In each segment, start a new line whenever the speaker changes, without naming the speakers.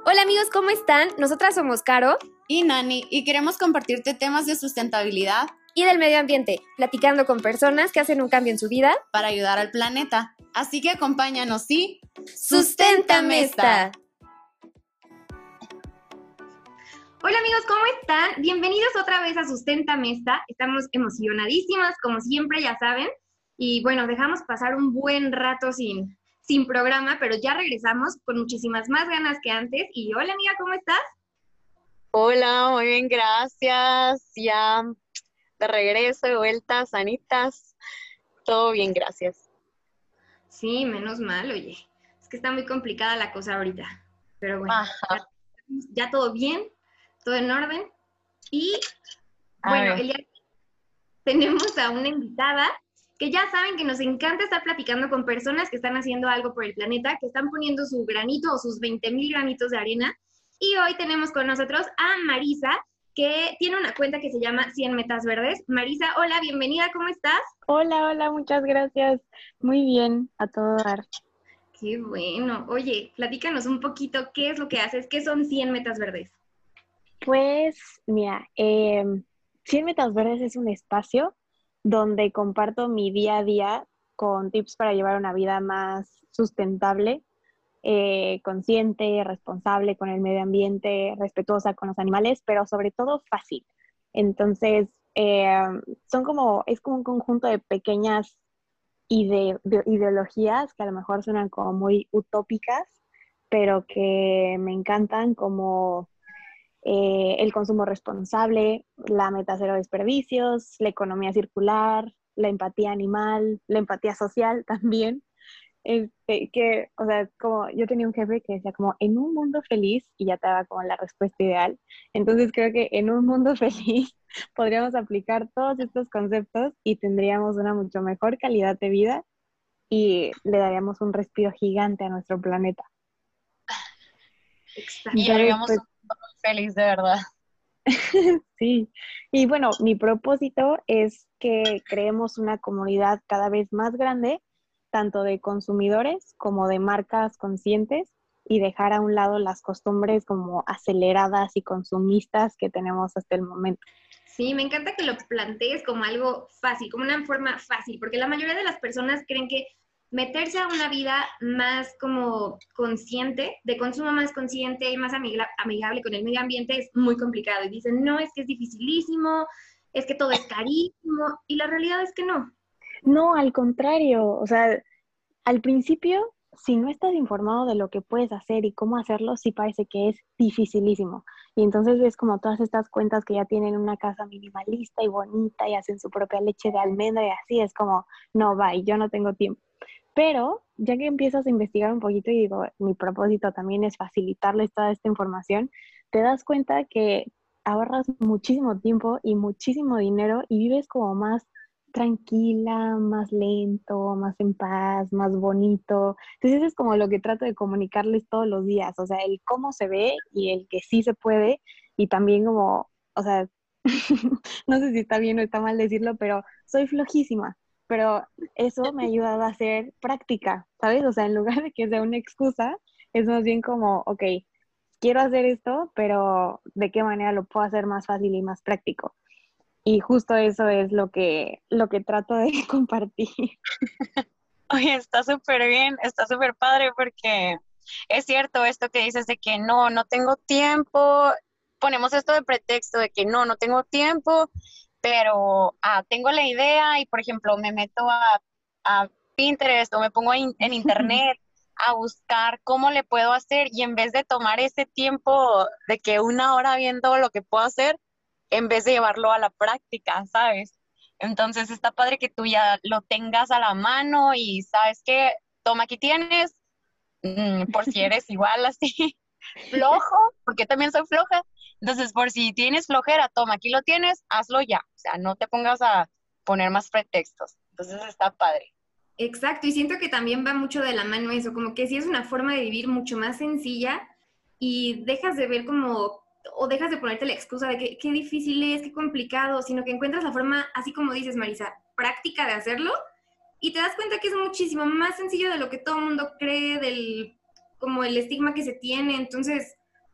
Hola amigos, ¿cómo están? Nosotras somos Caro
y Nani y queremos compartirte temas de sustentabilidad
y del medio ambiente, platicando con personas que hacen un cambio en su vida
para ayudar al planeta. Así que acompáñanos y
¡susténtame esta! Hola amigos, ¿cómo están? Bienvenidos otra vez a Susténtame esta. Estamos emocionadísimas, como siempre, ya saben. Y bueno, dejamos pasar un buen rato sin programa, pero ya regresamos con muchísimas más ganas que antes. Y hola amiga, ¿cómo estás?
Hola, muy bien, gracias. Ya de regreso, de vuelta, sanitas. Todo bien, gracias.
Sí, menos mal, oye. Es que está muy complicada la cosa ahorita. Pero bueno, ya todo bien, todo en orden. Y bueno, el día de hoy tenemos a una invitada que ya saben que nos encanta estar platicando con personas que están haciendo algo por el planeta, que están poniendo su granito o sus 20,000 granitos de arena. Y hoy tenemos con nosotros a Marisa, que tiene una cuenta que se llama 100 Metas Verdes. Marisa, hola, bienvenida, ¿cómo estás?
Hola, muchas gracias. Muy bien, a todo dar.
Qué bueno. Oye, platícanos un poquito, ¿qué es lo que haces? ¿Qué son 100 Metas Verdes?
Pues, mira, 100 Metas Verdes es un espacio donde comparto mi día a día con tips para llevar una vida más sustentable, consciente, responsable con el medio ambiente, respetuosa con los animales, pero sobre todo fácil. Entonces, es como un conjunto de pequeñas ideologías que a lo mejor suenan como muy utópicas, pero que me encantan, como el consumo responsable, la meta cero desperdicios, la economía circular, la empatía animal, la empatía social también. O sea, como yo tenía un jefe que decía como en un mundo feliz, y ya te daba como la respuesta ideal. Entonces creo que en un mundo feliz podríamos aplicar todos estos conceptos y tendríamos una mucho mejor calidad de vida y le daríamos un respiro gigante a nuestro planeta.
Y haríamos un mundo feliz, de verdad.
Sí, y bueno, mi propósito es que creemos una comunidad cada vez más grande, tanto de consumidores como de marcas conscientes, y dejar a un lado las costumbres como aceleradas y consumistas que tenemos hasta el momento.
Sí, me encanta que lo plantees como algo fácil, como una forma fácil, porque la mayoría de las personas creen que meterse a una vida más como consciente, de consumo más consciente y más amigable con el medio ambiente es muy complicado. Y dicen, no, es que es dificilísimo, es que todo es carísimo, y la realidad es que no.
No, al contrario, o sea, al principio, si no estás informado de lo que puedes hacer y cómo hacerlo, sí parece que es dificilísimo. Y entonces ves como todas estas cuentas que ya tienen una casa minimalista y bonita y hacen su propia leche de almendra y así, es como, no, bye, yo no tengo tiempo. Pero ya que empiezas a investigar un poquito y digo, mi propósito también es facilitarles toda esta información, te das cuenta que ahorras muchísimo tiempo y muchísimo dinero y vives como más tranquila, más lento, más en paz, más bonito. Entonces eso es como lo que trato de comunicarles todos los días, o sea, el cómo se ve y el que sí se puede, y también como, o sea, no sé si está bien o está mal decirlo, pero soy flojísima, pero eso me ha ayudado a hacer práctica, ¿sabes? O sea, en lugar de que sea una excusa, es más bien como, ok, quiero hacer esto, pero ¿de qué manera lo puedo hacer más fácil y más práctico? Y justo eso es lo que trato de compartir.
Oye, está súper bien, está súper padre porque es cierto esto que dices de que no tengo tiempo. Ponemos esto de pretexto de que no tengo tiempo, pero tengo la idea y, por ejemplo, me meto a Pinterest o me pongo en internet a buscar cómo le puedo hacer, y en vez de tomar ese tiempo de que una hora viendo lo que puedo hacer, en vez de llevarlo a la práctica, ¿sabes? Entonces está padre que tú ya lo tengas a la mano y sabes que, toma, aquí tienes, por si eres igual así flojo, porque también soy floja. Entonces, por si tienes flojera, toma, aquí lo tienes, hazlo ya. O sea, no te pongas a poner más pretextos. Entonces está padre.
Exacto, y siento que también va mucho de la mano eso, como que sí es una forma de vivir mucho más sencilla y dejas de ver como, o dejas de ponerte la excusa de que qué difícil es, qué complicado, sino que encuentras la forma, así como dices, Marisa, práctica de hacerlo y te das cuenta que es muchísimo más sencillo de lo que todo el mundo cree, del como el estigma que se tiene. Entonces,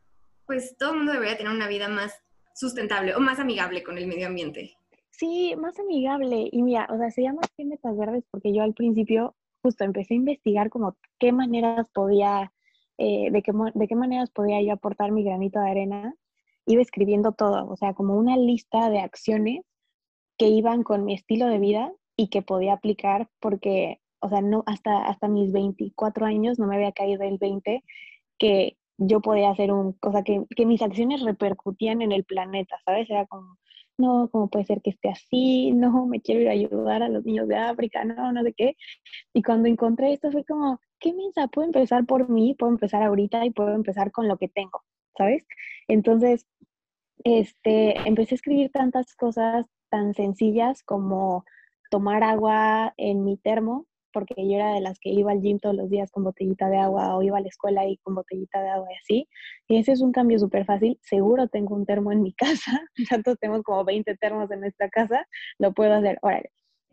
pues todo el mundo debería tener una vida más sustentable o más amigable con el medio ambiente.
Sí, más amigable. Y mira, o sea, se llama ¿Qué metas verdes? Porque yo al principio justo empecé a investigar como qué maneras podía, de qué maneras podía yo aportar mi granito de arena. Iba escribiendo todo, o sea, como una lista de acciones que iban con mi estilo de vida y que podía aplicar porque, o sea, no, hasta mis 24 años no me había caído el 20 que yo podía hacer o sea, que mis acciones repercutían en el planeta, ¿sabes? Era como, no, ¿cómo puede ser que esté así? No, me quiero ir a ayudar a los niños de África, no, no sé qué. Y cuando encontré esto fue como, qué mensa, puedo empezar por mí, puedo empezar ahorita y puedo empezar con lo que tengo, ¿sabes? Entonces, empecé a escribir tantas cosas tan sencillas como tomar agua en mi termo, porque yo era de las que iba al gym todos los días con botellita de agua o iba a la escuela y con botellita de agua y así. Y ese es un cambio súper fácil. Seguro tengo un termo en mi casa, tanto tenemos como 20 termos en nuestra casa, lo puedo hacer. Órale.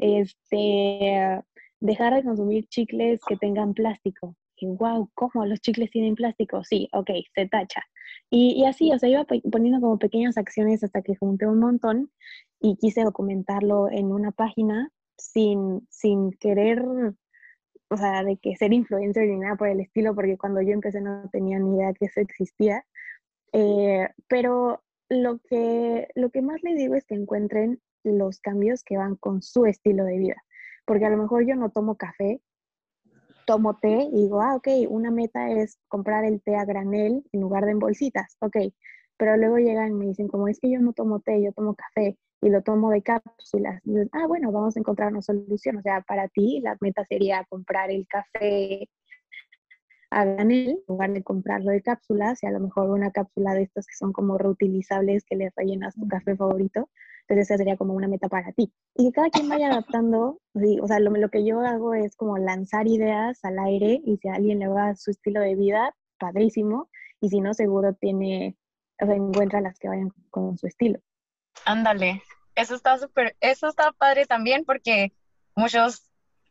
Dejar de consumir chicles que tengan plástico. Y wow, ¿cómo los chicles tienen plástico? Sí, ok, se tacha. Y así, o sea, iba poniendo como pequeñas acciones hasta que junté un montón y quise documentarlo en una página sin querer, o sea, de que ser influencer ni nada por el estilo, porque cuando yo empecé no tenía ni idea que eso existía. Pero lo que más les digo es que encuentren los cambios que van con su estilo de vida, porque a lo mejor yo no tomo café, tomo té y digo, ok, una meta es comprar el té a granel en lugar de en bolsitas, ok, pero luego llegan y me dicen, como es que yo no tomo té, yo tomo café y lo tomo de cápsulas. Y digo, bueno, vamos a encontrar una solución. O sea, para ti la meta sería comprar el café a granel en lugar de comprarlo de cápsulas y a lo mejor una cápsula de estas que son como reutilizables que le rellenas tu café favorito. Entonces esa sería como una meta para ti. Y que cada quien vaya adaptando, o sea, lo que yo hago es como lanzar ideas al aire y si a alguien le va su estilo de vida, padrísimo. Y si no, seguro tiene, o sea, encuentra las que vayan con su estilo.
Ándale, eso está padre también porque muchos,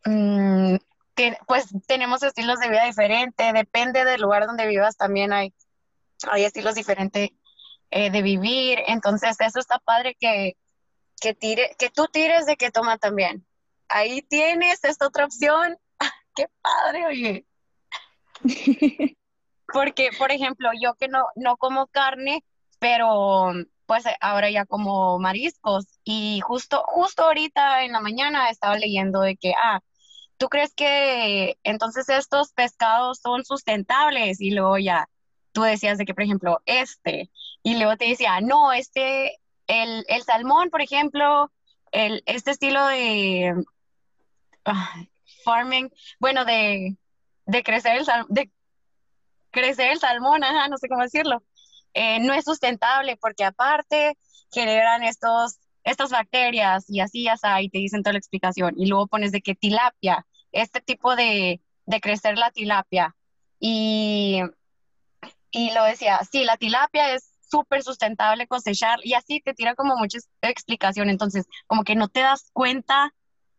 pues tenemos estilos de vida diferentes, depende del lugar donde vivas también hay estilos diferentes de vivir, entonces eso está padre que tú tires de que toma también. Ahí tienes esta otra opción, qué padre, oye. Porque, por ejemplo, yo que no como carne, pero pues ahora ya como mariscos y justo ahorita en la mañana estaba leyendo de que, ¿tú crees que entonces estos pescados son sustentables? Y luego ya tú decías de que, por ejemplo, y luego te decía, no, el salmón, por ejemplo, este estilo de farming, bueno, de crecer de crecer el salmón, ajá, no sé cómo decirlo, no es sustentable porque aparte generan estas bacterias y así, y te dicen toda la explicación. Y luego pones de que tilapia, este tipo de crecer la tilapia. Y, y lo decía, sí, la tilapia es súper sustentable cosechar y así te tira como mucha explicación. Entonces, como que no te das cuenta,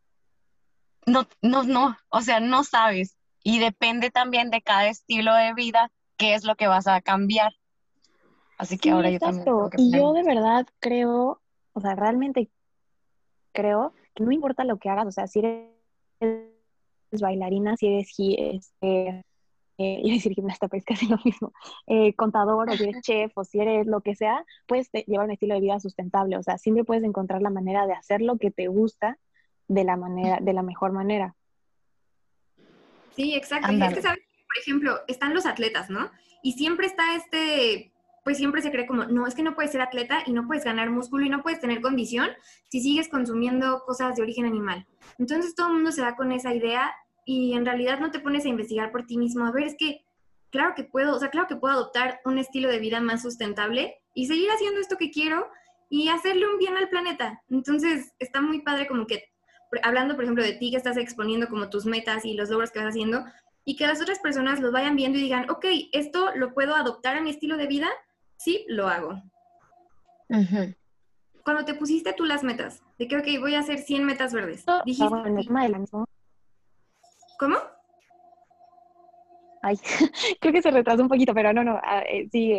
no, o sea, no sabes. Y depende también de cada estilo de vida, qué es lo que vas a cambiar. Así que
Sí,
ahora yo también tengo
exacto.
que
Y
poner.
yo de verdad creo, o sea, realmente creo que no importa lo que hagas, o sea, si eres bailarina, si eres, iba a decir gimnasta, pero es casi lo mismo, contador, o si eres chef, o si eres lo que sea, puedes llevar un estilo de vida sustentable, o sea, siempre puedes encontrar la manera de hacer lo que te gusta de la mejor manera.
Sí, exacto. Y es que,
Ándale.
¿sabes? Por ejemplo, están los atletas, ¿no? Y siempre está pues siempre se cree como, no, es que no puedes ser atleta y no puedes ganar músculo y no puedes tener condición si sigues consumiendo cosas de origen animal. Entonces todo el mundo se va con esa idea y en realidad no te pones a investigar por ti mismo. A ver, es que claro que puedo, o sea, claro que puedo adoptar un estilo de vida más sustentable y seguir haciendo esto que quiero y hacerle un bien al planeta. Entonces está muy padre como que hablando, por ejemplo, de ti que estás exponiendo como tus metas y los logros que vas haciendo, y que las otras personas los vayan viendo y digan, ok, esto lo puedo adoptar a mi estilo de vida, sí, lo hago.
Ujú.
Cuando te pusiste tú las metas, de que, ok, voy a hacer 100 metas verdes, dijiste,
Bueno, en el tema de la misma,
¿cómo?
ay, creo que se retrasó un poquito, pero no, sigue.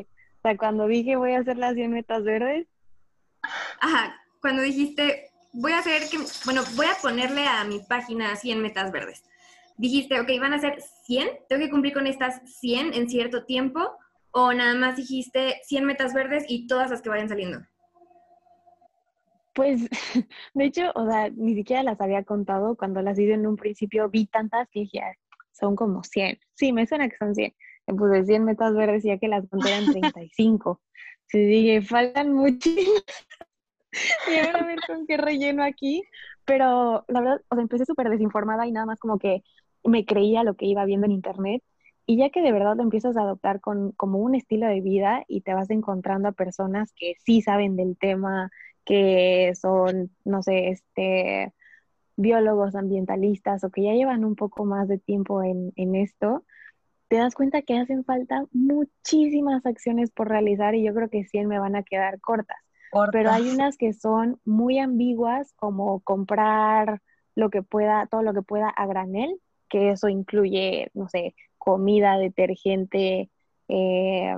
sea, cuando dije voy a hacer las 100 metas verdes.
Ajá, cuando dijiste, voy a ponerle a mi página 100 metas verdes. Dijiste, ok, van a ser 100, tengo que cumplir con estas 100 en cierto tiempo, o nada más dijiste 100 metas verdes y todas las que vayan saliendo.
Pues, de hecho, o sea, ni siquiera las había contado. Cuando las hice en un principio, vi tantas que dije, son como 100. Sí, me suena que son 100. Me puse 100 metas verdes y ya que las conté eran 35. Sí, dije, faltan muchísimas. Y ahora a ver con qué relleno aquí. Pero la verdad, o sea, empecé súper desinformada y nada más como que me creía lo que iba viendo en internet. Y ya que de verdad lo empiezas a adoptar como un estilo de vida y te vas encontrando a personas que sí saben del tema, que son, no sé, biólogos ambientalistas o que ya llevan un poco más de tiempo en esto, te das cuenta que hacen falta muchísimas acciones por realizar y yo creo que 100 me van a quedar cortas. Pero hay
Cortas.
unas que son muy ambiguas, como comprar lo que pueda, todo lo que pueda a granel, que eso incluye, no sé, comida, detergente, eh,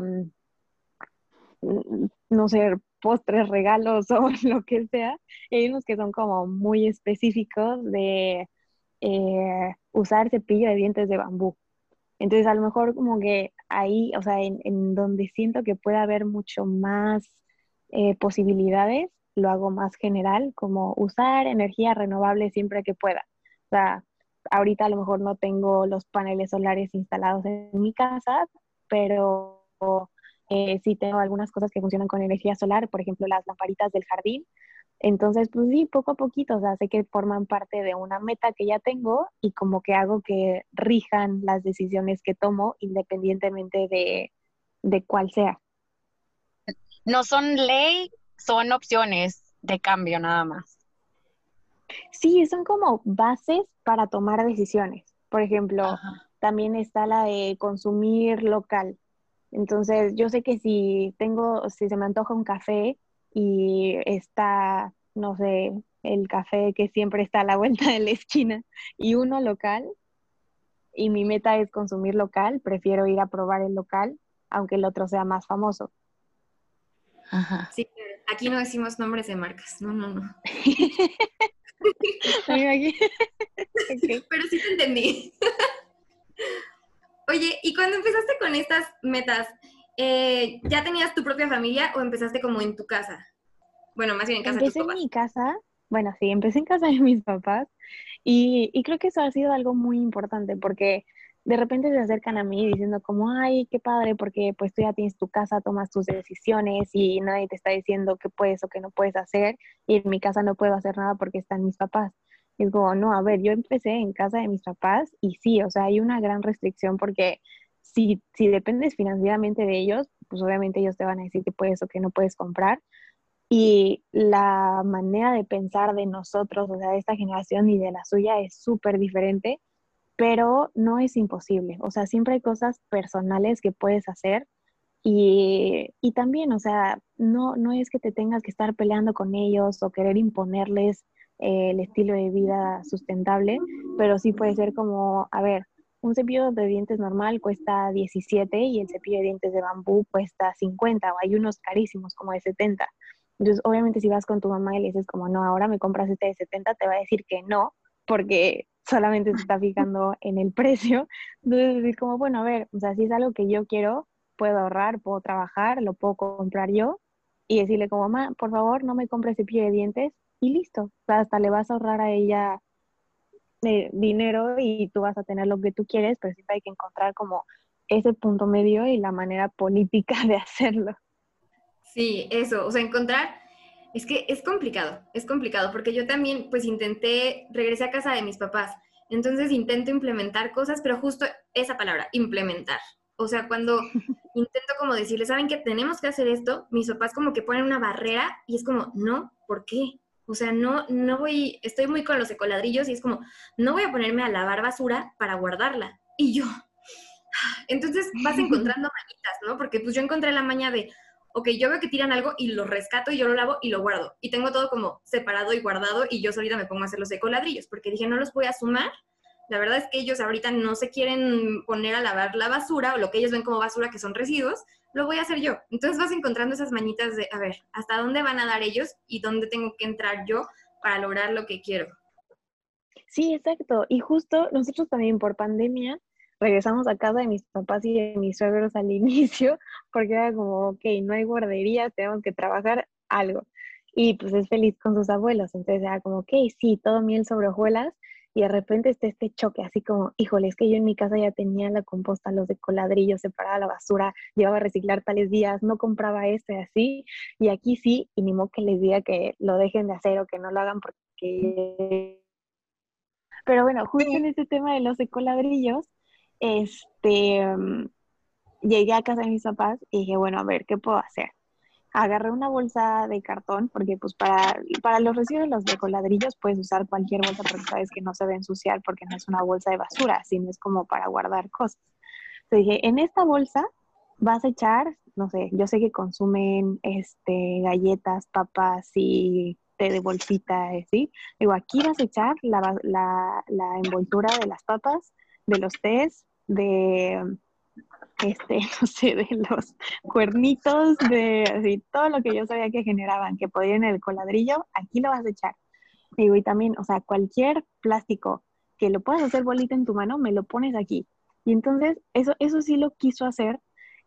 no sé, postres, regalos o lo que sea. Y hay unos que son como muy específicos de usar cepillo de dientes de bambú. Entonces, a lo mejor como que ahí, o sea, en donde siento que puede haber mucho más posibilidades, lo hago más general, como usar energía renovable siempre que pueda. O sea, ahorita a lo mejor no tengo los paneles solares instalados en mi casa, pero sí tengo algunas cosas que funcionan con energía solar, por ejemplo, las lamparitas del jardín. Entonces, pues sí, poco a poquito, o sea, sé que forman parte de una meta que ya tengo y como que hago que rijan las decisiones que tomo independientemente de cuál sea.
No son ley, son opciones de cambio nada más.
Sí, son como bases para tomar decisiones. Por ejemplo,
Ajá.
también está la de consumir local. Entonces, yo sé que si se me antoja un café y está, no sé, el café que siempre está a la vuelta de la esquina y uno local, y mi meta es consumir local, prefiero ir a probar el local, aunque el otro sea más famoso.
Ajá.
Sí, aquí no decimos nombres de marcas, no, no, no.
Me imagino. Ok.
Pero sí te entendí. Oye, ¿y cuando empezaste con estas metas, ya tenías tu propia familia o empezaste como en tu casa? Bueno, más bien en casa de tus
Empecé en
papás.
mi casa, bueno, sí, empecé en casa de mis papás y creo que eso ha sido algo muy importante porque de repente se acercan a mí diciendo como, ay, qué padre, porque pues tú ya tienes tu casa, tomas tus decisiones y nadie te está diciendo qué puedes o qué no puedes hacer y en mi casa no puedo hacer nada porque están mis papás. Y es como, no, a ver, yo empecé en casa de mis papás y sí, o sea, hay una gran restricción porque si dependes financieramente de ellos, pues obviamente ellos te van a decir qué puedes o qué no puedes comprar y la manera de pensar de nosotros, o sea, de esta generación y de la suya es súper diferente, pero no es imposible. O sea, siempre hay cosas personales que puedes hacer y también, o sea, no es que te tengas que estar peleando con ellos o querer imponerles el estilo de vida sustentable, pero sí puede ser como, a ver, un cepillo de dientes normal cuesta 17 y el cepillo de dientes de bambú cuesta 50 o hay unos carísimos como de 70. Entonces, obviamente si vas con tu mamá y le dices como, no, ahora me compras este de 70, te va a decir que no, porque solamente se está fijando en el precio. Entonces, decir como, bueno, a ver, o sea, si es algo que yo quiero, puedo ahorrar, puedo trabajar, lo puedo comprar yo y decirle como, mamá, por favor, no me compres cepillo de dientes y listo. O sea, hasta le vas a ahorrar a ella dinero y tú vas a tener lo que tú quieres, pero siempre hay que encontrar como ese punto medio y la manera política de hacerlo.
Sí, eso, o sea, encontrar, es que es complicado, porque yo también, pues regresé a casa de mis papás, entonces intento implementar cosas, pero justo esa palabra, implementar. O sea, cuando intento como decirles, ¿saben qué? Tenemos que hacer esto, mis papás como que ponen una barrera y es como, no, ¿por qué? O sea, no voy, estoy muy con los ecoladrillos y es como, no voy a ponerme a lavar basura para guardarla. Y yo, entonces vas encontrando manitas, ¿no? Porque pues yo encontré la maña de, ok, yo veo que tiran algo y lo rescato y yo lo lavo y lo guardo. Y tengo todo como separado y guardado y yo solita me pongo a hacer los ecoladrillos porque dije, no los voy a sumar. La verdad es que ellos ahorita no se quieren poner a lavar la basura o lo que ellos ven como basura que son residuos. lo voy a hacer yo. Entonces vas encontrando esas mañitas de, a ver, hasta dónde van a dar ellos y dónde tengo que entrar yo para lograr lo que quiero.
Sí, exacto. Y justo nosotros también por pandemia regresamos a casa de mis papás y de mis suegros al inicio, porque era como, ok, no hay guardería, tenemos que trabajar algo. Y pues es feliz con sus abuelos. Entonces era como, ok, sí, todo miel sobre hojuelas. Y de repente está este choque, así como, híjole, es que yo en mi casa ya tenía la composta, los de coladrillo, separaba la basura, llevaba a reciclar tales días, no compraba esto y así. Y aquí sí, y ni modo que les diga que lo dejen de hacer o que no lo hagan porque pero bueno, justo en
Sí.
este tema de los ecoladrillos, este, llegué a casa de mis papás y dije, bueno, a ver, ¿qué puedo hacer? Agarré una bolsa de cartón, porque pues para los residuos de los ecoladrillos puedes usar cualquier bolsa porque sabes que no se va a ensuciar porque no es una bolsa de basura, sino es como para guardar cosas. Entonces dije, en esta bolsa vas a echar, no sé, yo sé que consumen galletas, papas y té de bolsita, ¿sí? Digo, aquí vas a echar la envoltura de las papas, de los tés, de, no sé, de los cuernitos, de así, todo lo que yo sabía que generaban, que podían en el coladrillo, aquí lo vas a echar. Digo, y también, o sea, cualquier plástico que lo puedas hacer bolita en tu mano, me lo pones aquí. Y entonces, eso sí lo quiso hacer.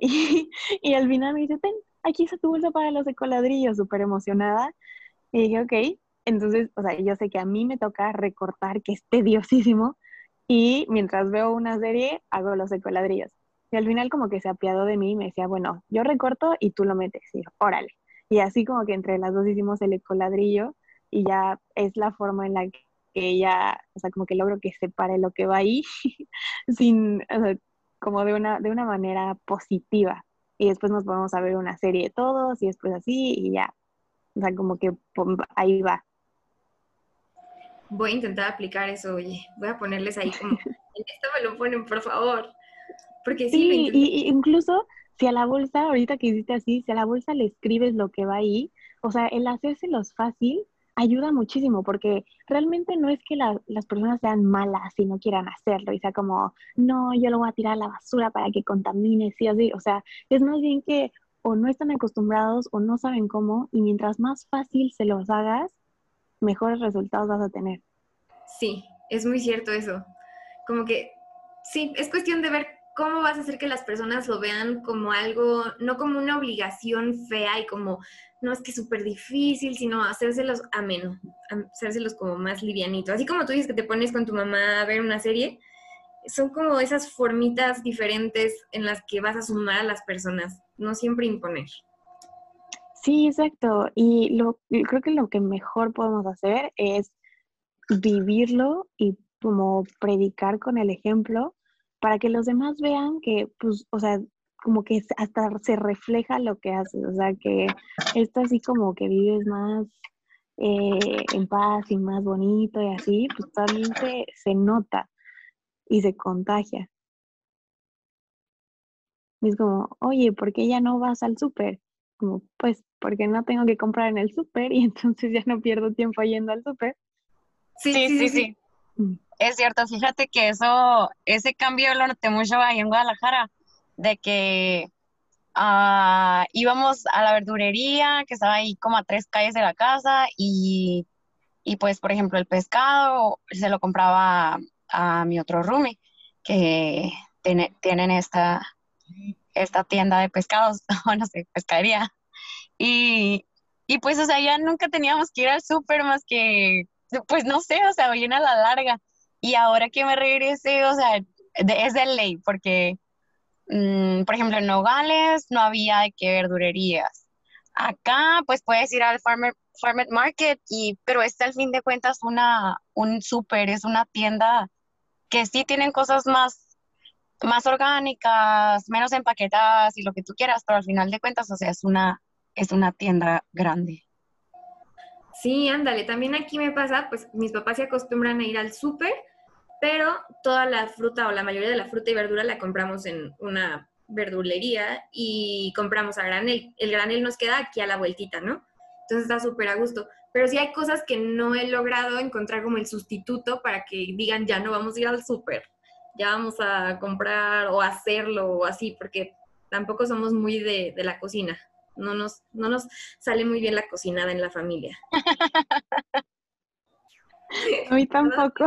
Y al final me dice, ten, aquí está tu bolsa para los ecoladrillos, súper emocionada. Y dije, ok. Entonces, o sea, yo sé que a mí me toca recortar, que es tediosísimo. Y mientras veo una serie, hago los ecoladrillos. Y al final como que se apiadó de mí y me decía, bueno, yo recorto y tú lo metes. Y yo, órale. Y así como que entre las dos hicimos el ecoladrillo y ya es la forma en la que ella, o sea, como que logro que separe lo que va ahí sin, o sea, como de una manera positiva. Y después nos vamos a ver una serie todos y después así y ya. O sea, como que pum, ahí va.
Voy a intentar aplicar eso, oye. Voy a ponerles ahí como, en esto me lo ponen, por favor. Porque sí, lo
Sí,
intenté.
y incluso si a la bolsa, ahorita que hiciste así, si a la bolsa le escribes lo que va ahí, o sea, el hacérselos fácil ayuda muchísimo, porque realmente no es que las personas sean malas y no quieran hacerlo, y sea como, no, yo lo voy a tirar a la basura para que contamine, sí, así, o sea, es más bien que o no están acostumbrados o no saben cómo, y mientras más fácil se los hagas, mejores resultados vas a tener.
Sí, es muy cierto eso. Como que, sí, es cuestión de ver cómo vas a hacer que las personas lo vean como algo, no como una obligación fea y como, no es que es súper difícil, sino hacérselos ameno, hacérselos como más livianito. Así como tú dices que te pones con tu mamá a ver una serie, son como esas formitas diferentes en las que vas a sumar a las personas, no siempre imponer.
Sí, exacto. Y creo que lo que mejor podemos hacer es vivirlo y como predicar con el ejemplo para que los demás vean que, pues, o sea, como que hasta se refleja lo que haces, o sea, que esto así como que vives más en paz y más bonito y así, pues también se nota y se contagia. Y es como, oye, ¿por qué ya no vas al súper? Como, pues, porque no tengo que comprar en el súper y entonces ya no pierdo tiempo yendo al súper.
Sí,
Sí,
sí, sí,
sí,
sí.
sí. Es cierto, fíjate que ese cambio lo noté mucho ahí en Guadalajara, de que íbamos a la verdurería que estaba ahí como a 3 calles de la casa y pues, por ejemplo, el pescado se lo compraba a mi otro roomie que tienen esta tienda de pescados, o no sé, pescadería. Y, y pues, o sea, ya nunca teníamos que ir al súper más que, pues no sé, o sea, bien a la larga. Y ahora que me regresé, o sea, es de ley, porque, por ejemplo, en Nogales no había de qué verdurerías. Acá, pues puedes ir al farmer market, pero al fin de cuentas un súper, es una tienda que sí tienen cosas más orgánicas, menos empaquetadas y lo que tú quieras, pero al final de cuentas, o sea, es una tienda grande.
Sí, ándale, también aquí me pasa, pues mis papás se acostumbran a ir al súper, pero toda la fruta o la mayoría de la fruta y verdura la compramos en una verdulería y compramos a granel. El granel nos queda aquí a la vueltita, ¿no? Entonces está súper a gusto. Pero sí hay cosas que no he logrado encontrar como el sustituto para que digan, ya no vamos a ir al súper, ya vamos a comprar o hacerlo o así, porque tampoco somos muy de la cocina. No nos sale muy bien la cocinada en la familia.
A mí tampoco.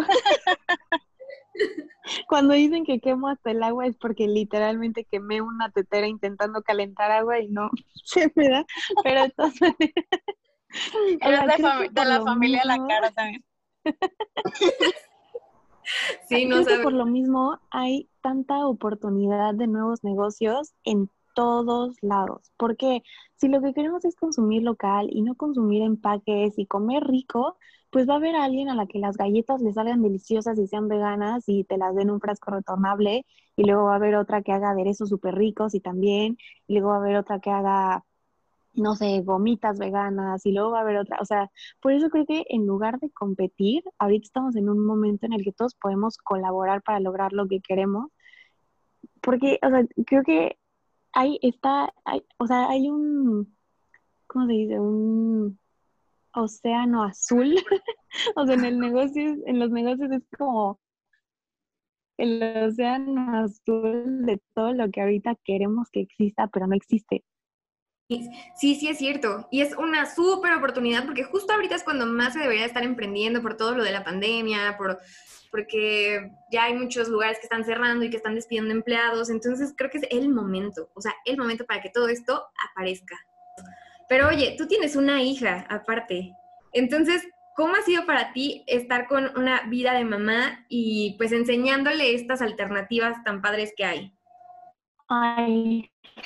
Cuando dicen que quemo hasta el agua es porque literalmente quemé una tetera intentando calentar agua y no se me da, pero de todas maneras, o
Eres
sea, creo que
de
por
la
lo
familia de la
mismo,
cara también.
Sí, no
creo que
sabes.
por lo mismo hay tanta oportunidad de nuevos negocios en todos lados, porque si lo que queremos es consumir local y no consumir empaques y comer rico, pues va a haber alguien a la que las galletas le salgan deliciosas y sean veganas y te las den en un frasco retornable, y luego va a haber otra que haga aderezos súper ricos y también, y luego va a haber otra que haga, no sé, gomitas veganas, y luego va a haber otra, o sea, por eso creo que en lugar de competir, ahorita estamos en un momento en el que todos podemos colaborar para lograr lo que queremos, porque, o sea, creo que o sea, hay un, ¿cómo se dice? Un océano azul, o sea, en los negocios es como el océano azul de todo lo que ahorita queremos que exista, pero no existe.
Sí, sí es cierto. Y es una súper oportunidad porque justo ahorita es cuando más se debería estar emprendiendo por todo lo de la pandemia, porque ya hay muchos lugares que están cerrando y que están despidiendo empleados. Entonces creo que es el momento, o sea, el momento para que todo esto aparezca. Pero oye, tú tienes una hija aparte. Entonces, ¿cómo ha sido para ti estar con una vida de mamá y pues enseñándole estas alternativas tan padres que hay?
Ay,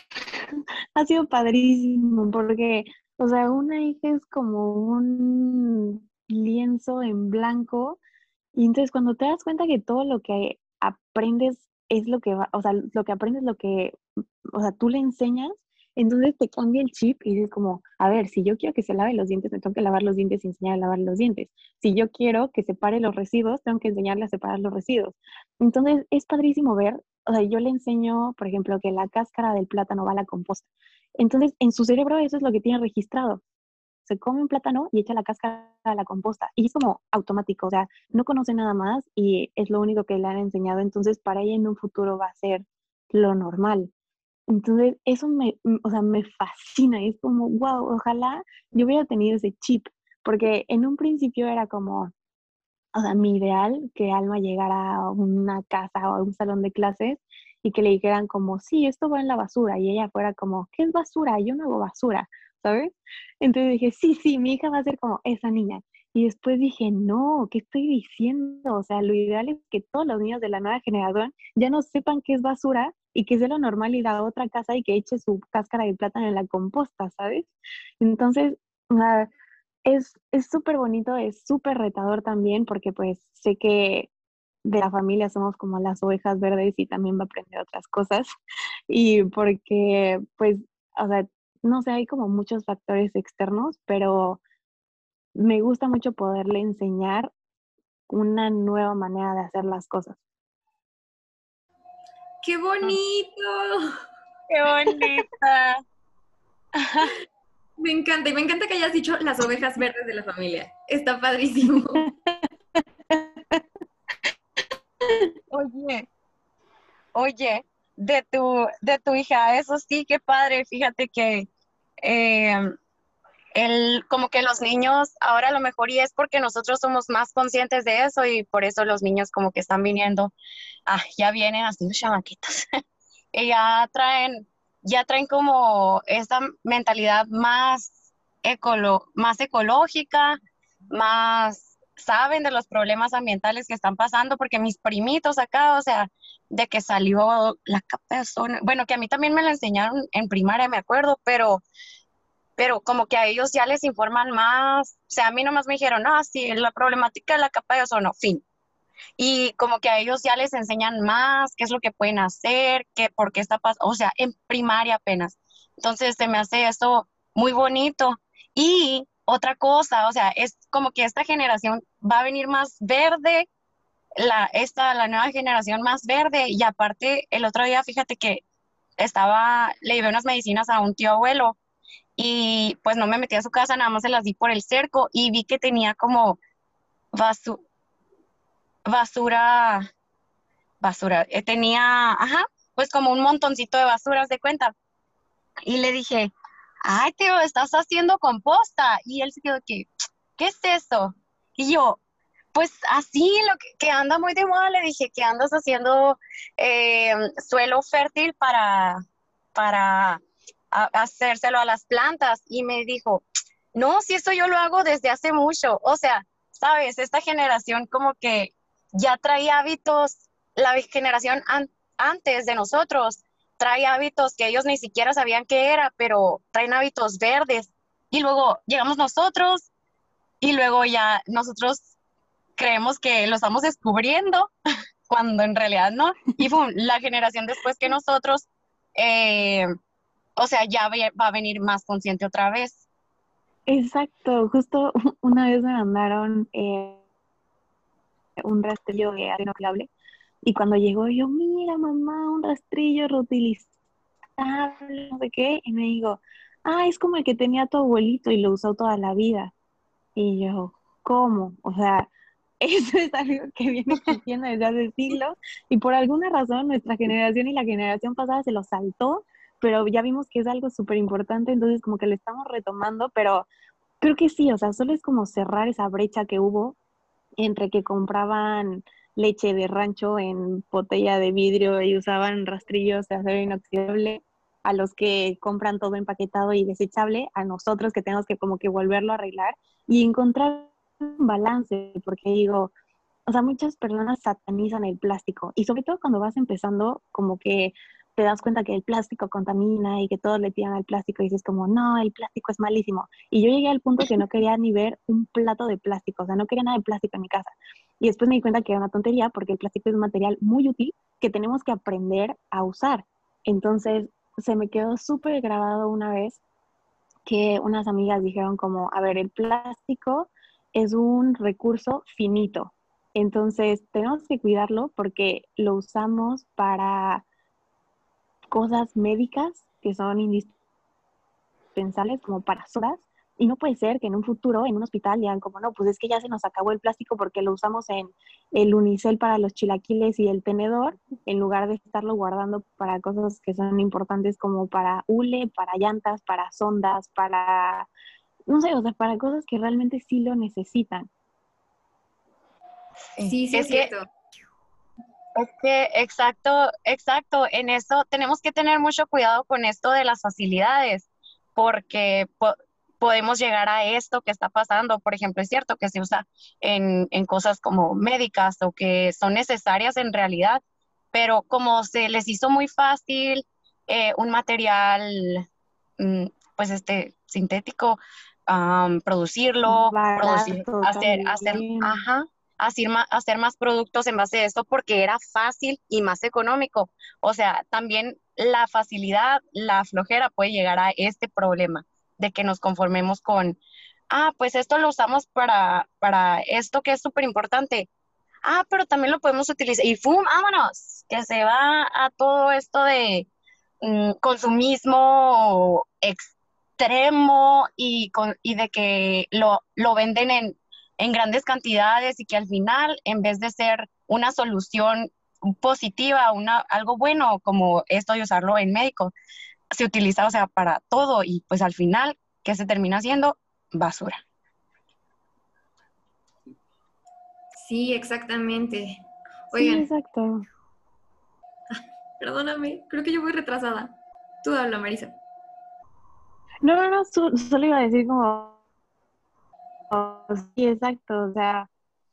ha sido padrísimo porque, o sea, una hija es como un lienzo en blanco y entonces cuando te das cuenta que todo lo que aprendes es lo que va, o sea, lo que aprendes es lo que, o sea, tú le enseñas, entonces te cambia el chip y dices como, a ver, si yo quiero que se lave los dientes, me tengo que lavar los dientes y enseñar a lavar los dientes. Si yo quiero que separe los residuos, tengo que enseñarle a separar los residuos. Entonces es padrísimo ver, o sea, yo le enseño, por ejemplo, que la cáscara del plátano va a la composta. Entonces, en su cerebro eso es lo que tiene registrado. Se come un plátano y echa la cáscara a la composta. Y es como automático, o sea, no conoce nada más y es lo único que le han enseñado. Entonces, para ella en un futuro va a ser lo normal. Entonces, eso o sea, me fascina. Es como, wow, ojalá yo hubiera tenido ese chip, porque en un principio era como, o sea, mi ideal que Alma llegara a una casa o a un salón de clases y que le dijeran como, sí, esto va en la basura, y ella fuera como, ¿qué es basura? Yo no hago basura, ¿sabes? Entonces dije, sí, sí, mi hija va a ser como esa niña. Y después dije, no, ¿qué estoy diciendo? O sea, lo ideal es que todos los niños de la nueva generación ya no sepan qué es basura y que sea lo normal ir a otra casa y que eche su cáscara de plátano en la composta, ¿sabes? Entonces, ah, es súper bonito, es súper retador también porque pues sé que de la familia somos como las ovejas verdes y también va a aprender otras cosas y porque pues, o sea, no sé, hay como muchos factores externos, pero me gusta mucho poderle enseñar una nueva manera de hacer las cosas.
¡Qué bonito!
¡Qué bonita!
Me encanta, y me encanta que hayas dicho las ovejas verdes de la familia. Está padrísimo.
Oye, oye, de tu hija, eso sí, qué padre. Fíjate que eh, como que los niños ahora a lo mejor y es porque nosotros somos más conscientes de eso y por eso los niños como que están viniendo, ya vienen así los chamaquitos y ya traen como esta mentalidad más más ecológica, más saben de los problemas ambientales que están pasando, porque mis primitos acá, o sea, de que salió la capa de ozono, bueno, que a mí también me la enseñaron en primaria, me acuerdo, pero como que a ellos ya les informan más, o sea, a mí nomás me dijeron, no, sí, la problemática de la capa de ozono, fin. Y como que a ellos ya les enseñan más qué es lo que pueden hacer, qué, por qué está pasando, o sea, en primaria apenas. Entonces se me hace esto muy bonito. Y otra cosa, o sea, es como que esta generación va a venir más verde, la nueva generación más verde. Y aparte, el otro día, fíjate que le llevé unas medicinas a un tío abuelo y pues no me metí a su casa, nada más se las di por el cerco y vi que tenía como basu- basura, tenía, ajá, pues como un montoncito de basuras de cuenta. Y le dije, ay, Teo, estás haciendo composta. Y él se quedó que, ¿qué es eso? Y yo, pues así, que anda muy de moda, le dije que andas haciendo suelo fértil para hacérselo a las plantas. Y me dijo, no, si eso yo lo hago desde hace mucho. O sea, sabes, esta generación como que ya trae hábitos, la generación antes de nosotros trae hábitos que ellos ni siquiera sabían qué era, pero traen hábitos verdes. Y luego llegamos nosotros y luego ya nosotros creemos que lo estamos descubriendo cuando en realidad no. Y la generación después que nosotros, o sea, ya va a venir más consciente otra vez.
Exacto, justo una vez me mandaron un rastrillo de acero inoxidable y cuando llegó yo, mira mamá, un rastrillo reutilizable, no sé qué, y me digo, ah, es como el que tenía tu abuelito y lo usó toda la vida. Y yo, ¿cómo? O sea, eso es algo que viene existiendo desde hace siglos y por alguna razón nuestra generación y la generación pasada se lo saltó, pero ya vimos que es algo súper importante, entonces como que lo estamos retomando, pero creo que sí, o sea, solo es como cerrar esa brecha que hubo entre que compraban leche de rancho en botella de vidrio y usaban rastrillos de acero inoxidable, a los que compran todo empaquetado y desechable, a nosotros que tenemos que como que volverlo a arreglar y encontrar un balance, porque digo, o sea, muchas personas satanizan el plástico y sobre todo cuando vas empezando, como que te das cuenta que el plástico contamina y que todos le tiran al plástico y dices como, no, el plástico es malísimo. Y yo llegué al punto que no quería ni ver un plato de plástico, o sea, no quería nada de plástico en mi casa. Y después me di cuenta que era una tontería porque el plástico es un material muy útil que tenemos que aprender a usar. Entonces, se me quedó súper grabado una vez que unas amigas dijeron como, a ver, el plástico es un recurso finito, entonces tenemos que cuidarlo porque lo usamos para cosas médicas que son indispensables como para sodas y no puede ser que en un futuro en un hospital digan como no, pues es que ya se nos acabó el plástico porque lo usamos en el unicel para los chilaquiles y el tenedor, en lugar de estarlo guardando para cosas que son importantes como para hule, para llantas, para sondas, para, no sé, o sea, para cosas que realmente sí lo necesitan.
Sí, sí es
Es que
cierto.
exacto, exacto, en eso tenemos que tener mucho cuidado con esto de las facilidades, porque podemos llegar a esto que está pasando. Por ejemplo, es cierto que se usa en cosas como médicas o que son necesarias en realidad, pero como se les hizo muy fácil un material, mm, pues sintético,
Barato también.
ajá, hacer más productos en base a esto porque era fácil y más económico. O sea, también la facilidad, la flojera puede llegar a este problema de que nos conformemos con, pues esto lo usamos para esto que es súper importante. Pero también lo podemos utilizar. Y ¡fum! ¡Vámonos! Que se va a todo esto de consumismo extremo y de que lo venden en grandes cantidades y que al final, en vez de ser una solución positiva, algo bueno como esto de usarlo en médico, se utiliza, o sea, para todo y pues al final, ¿qué se termina haciendo? Basura.
Sí, exactamente.
Sí,
Oigan,
exacto.
perdóname, creo que yo voy retrasada. Tú habla, Marisa.
No, no, no, solo iba a decir como, sí, exacto, o sea,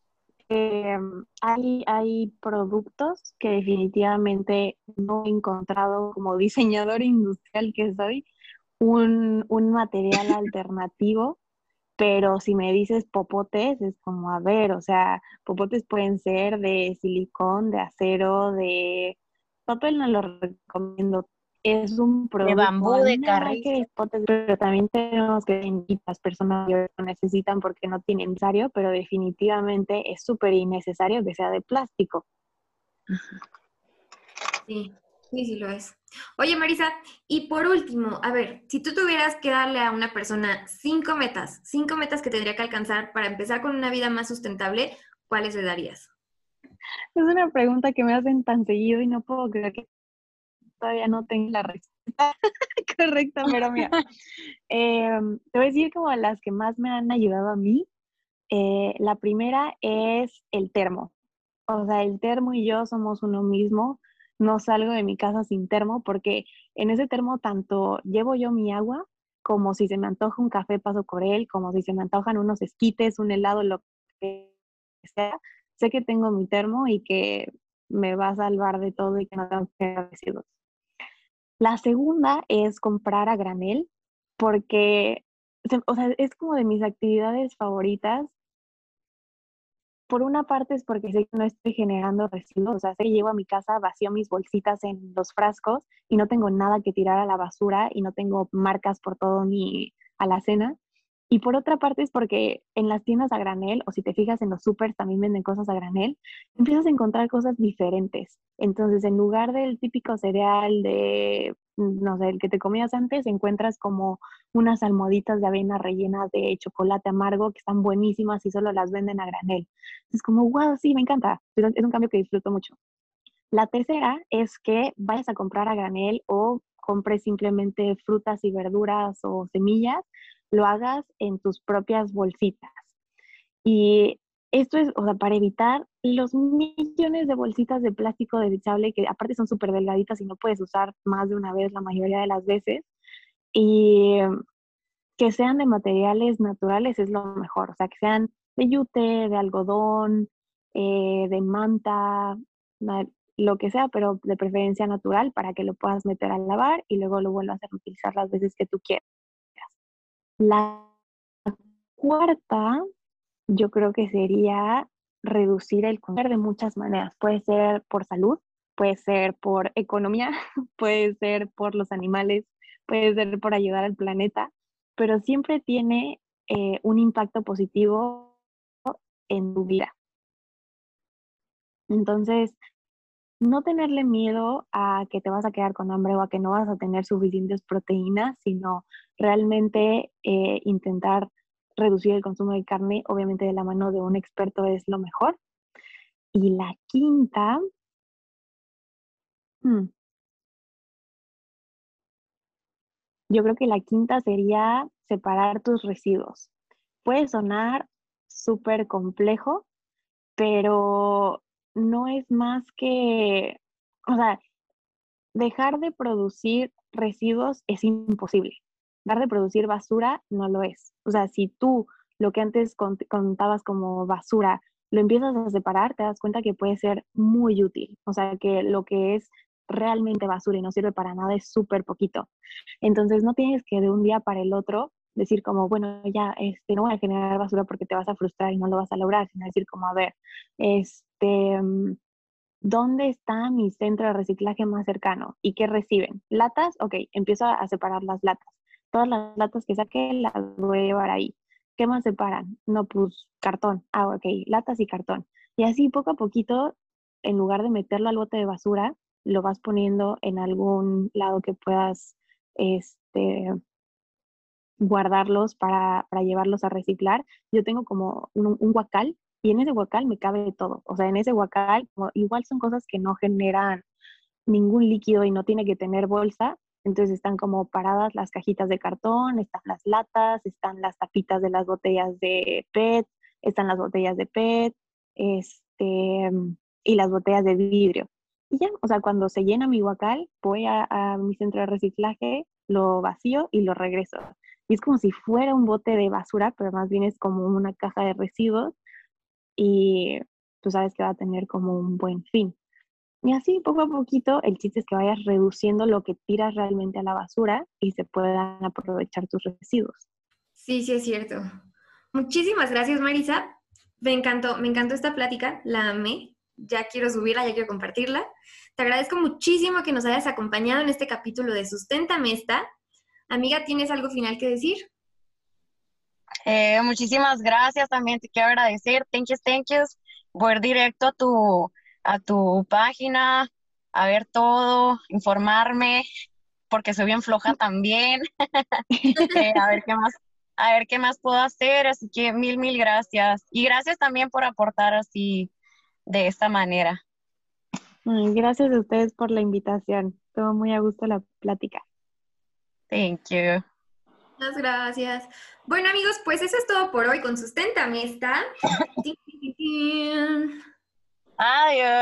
hay productos que definitivamente no he encontrado como diseñador industrial que soy, un material alternativo, pero si me dices popotes, es como, a ver, o sea, popotes pueden ser de silicón, de acero, de papel, no lo recomiendo. Es un
De
producto,
bambú, de
nada que
carrizo.
ver, popotes, pero también tenemos que ver que las personas que lo necesitan porque no tienen necesario, pero definitivamente es súper innecesario que sea de plástico.
Sí, sí, sí lo es. Oye, Marisa, y por último, a ver, si tú tuvieras que darle a una persona 5 metas que tendría que alcanzar para empezar con una vida más sustentable, ¿cuáles le darías?
Es una pregunta que me hacen tan seguido y no puedo creer que todavía no tengo la respuesta correcta, pero mira, te voy a decir como las que más me han ayudado a mí. La primera es el termo. O sea, el termo y yo somos uno mismo. No salgo de mi casa sin termo porque en ese termo tanto llevo yo mi agua, como si se me antoja un café paso por él, como si se me antojan unos esquites, un helado, lo que sea. Sé que tengo mi termo y que me va a salvar de todo y que no tengo que residuos. La segunda es comprar a granel porque, o sea, es como de mis actividades favoritas. Por una parte es porque sé que no estoy generando residuos, o sea, sé que llego a mi casa, vacío mis bolsitas en los frascos y no tengo nada que tirar a la basura y no tengo marcas por todo mi alacena. Y por otra parte es porque en las tiendas a granel, o si te fijas en los supers también venden cosas a granel, empiezas a encontrar cosas diferentes. Entonces, en lugar del típico cereal de, no sé, el que te comías antes, encuentras como unas almohaditas de avena rellenas de chocolate amargo que están buenísimas y solo las venden a granel. Es como, wow, sí, me encanta. Es un cambio que disfruto mucho. La tercera es que vayas a comprar a granel o compres simplemente frutas y verduras o semillas, lo hagas en tus propias bolsitas. Y esto es, o sea, para evitar los millones de bolsitas de plástico desechable que aparte son súper delgaditas y no puedes usar más de una vez la mayoría de las veces. Y que sean de materiales naturales es lo mejor, o sea, que sean de yute, de algodón, de manta, lo que sea, pero de preferencia natural para que lo puedas meter a lavar y luego lo vuelvas a utilizar las veces que tú quieras. La cuarta, yo creo que sería reducir el consumo de muchas maneras. Puede ser por salud, puede ser por economía, puede ser por los animales, puede ser por ayudar al planeta, pero siempre tiene un impacto positivo en tu vida. Entonces, no tenerle miedo a que te vas a quedar con hambre o a que no vas a tener suficientes proteínas, sino realmente intentar reducir el consumo de carne, obviamente de la mano de un experto es lo mejor. Y la quinta, hmm, yo creo que la quinta sería separar tus residuos. Puede sonar súper complejo, pero no es más que, o sea, dejar de producir residuos es imposible. Dejar de producir basura no lo es. O sea, si tú lo que antes contabas como basura lo empiezas a separar, te das cuenta que puede ser muy útil. O sea, que lo que es realmente basura y no sirve para nada es súper poquito. Entonces, no tienes que de un día para el otro decir como, bueno, ya, no voy a generar basura porque te vas a frustrar y no lo vas a lograr, sino decir como, a ver, ¿dónde está mi centro de reciclaje más cercano? ¿Y qué reciben? ¿Latas? Ok, empiezo a separar las latas. Todas las latas que saqué las voy a llevar ahí. ¿Qué más separan? No, pues cartón. Ah, ok, latas y cartón. Y así poco a poquito, en lugar de meterlo al bote de basura, lo vas poniendo en algún lado que puedas este, guardarlos para llevarlos a reciclar. Yo tengo como un guacal y en ese guacal me cabe todo. O sea, en ese guacal igual son cosas que no generan ningún líquido y no tiene que tener bolsa. Entonces están como paradas las cajitas de cartón, están las latas, están las tapitas de las botellas de PET, están las botellas de PET, y las botellas de vidrio. Y ya, o sea, cuando se llena mi guacal, voy a mi centro de reciclaje, lo vacío y lo regreso. Y es como si fuera un bote de basura, pero más bien es como una caja de residuos y tú sabes que va a tener como un buen fin. Y así, poco a poquito, el chiste es que vayas reduciendo lo que tiras realmente a la basura y se puedan aprovechar tus residuos.
Sí, sí es cierto. Muchísimas gracias, Marisa. Me encantó esta plática, la amé. Ya quiero subirla, ya quiero compartirla. Te agradezco muchísimo que nos hayas acompañado en este capítulo de Susténtame esta. Amiga, ¿tienes algo final que decir?
Muchísimas gracias, también te quiero agradecer. Thank yous. Voy a ir directo a tu página, a ver todo, informarme, porque soy bien floja también. A ver qué más, a ver qué más puedo hacer. Así que mil gracias. Y gracias también por aportar así de esta manera.
Gracias a ustedes por la invitación. Estuvo muy a gusto la plática.
Thank you.
Muchas gracias. Bueno, amigos, pues eso es todo por hoy con Susténtame esta.
Adiós.